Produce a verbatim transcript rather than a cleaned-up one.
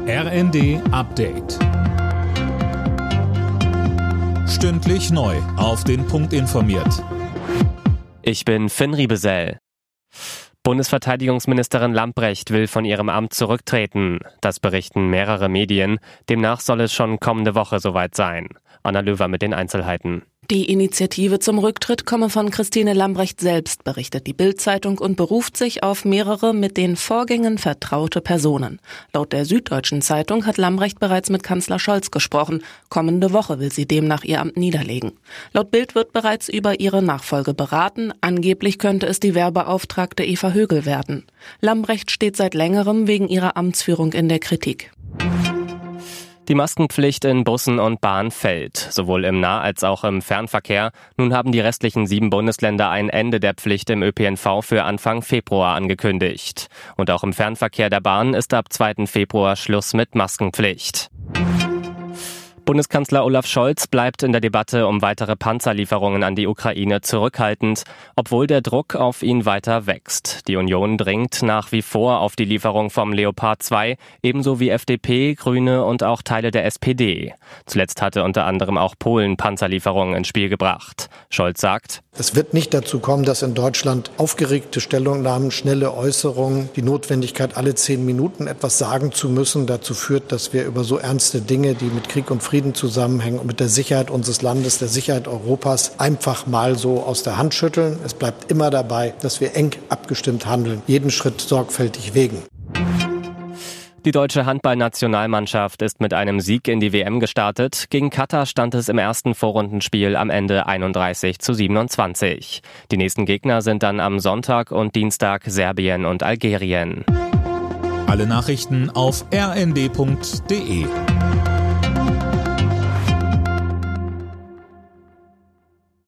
R N D Update. Stündlich neu auf den Punkt informiert. Ich bin Finn Riebesell. Bundesverteidigungsministerin Lambrecht will von ihrem Amt zurücktreten. Das berichten mehrere Medien. Demnach soll es schon kommende Woche soweit sein. Anna Löwer mit den Einzelheiten. Die Initiative zum Rücktritt komme von Christine Lambrecht selbst, berichtet die Bild-Zeitung und beruft sich auf mehrere mit den Vorgängen vertraute Personen. Laut der Süddeutschen Zeitung hat Lambrecht bereits mit Kanzler Scholz gesprochen. Kommende Woche will sie demnach ihr Amt niederlegen. Laut Bild wird bereits über ihre Nachfolge beraten. Angeblich könnte es die Wehrbeauftragte Eva Högel werden. Lambrecht steht seit längerem wegen ihrer Amtsführung in der Kritik. Die Maskenpflicht in Bussen und Bahn fällt, sowohl im Nah- als auch im Fernverkehr. Nun haben die restlichen sieben Bundesländer ein Ende der Pflicht im Ö P N V für Anfang Februar angekündigt. Und auch im Fernverkehr der Bahn ist ab zweiten Februar Schluss mit Maskenpflicht. Bundeskanzler Olaf Scholz bleibt in der Debatte um weitere Panzerlieferungen an die Ukraine zurückhaltend, obwohl der Druck auf ihn weiter wächst. Die Union dringt nach wie vor auf die Lieferung vom Leopard zwei, ebenso wie F D P, Grüne und auch Teile der S P D. Zuletzt hatte unter anderem auch Polen Panzerlieferungen ins Spiel gebracht. Scholz sagt: Es wird nicht dazu kommen, dass in Deutschland aufgeregte Stellungnahmen, schnelle Äußerungen, die Notwendigkeit, alle zehn Minuten etwas sagen zu müssen, dazu führt, dass wir über so ernste Dinge, die mit Krieg und Frieden zusammenhängen und mit der Sicherheit unseres Landes, der Sicherheit Europas, einfach mal so aus der Hand schütteln. Es bleibt immer dabei, dass wir eng abgestimmt handeln, jeden Schritt sorgfältig wägen. Die deutsche Handballnationalmannschaft ist mit einem Sieg in die W M gestartet. Gegen Katar stand es im ersten Vorrundenspiel am Ende einunddreißig zu siebenundzwanzig. Die nächsten Gegner sind dann am Sonntag und Dienstag Serbien und Algerien. Alle Nachrichten auf r n d punkt d e.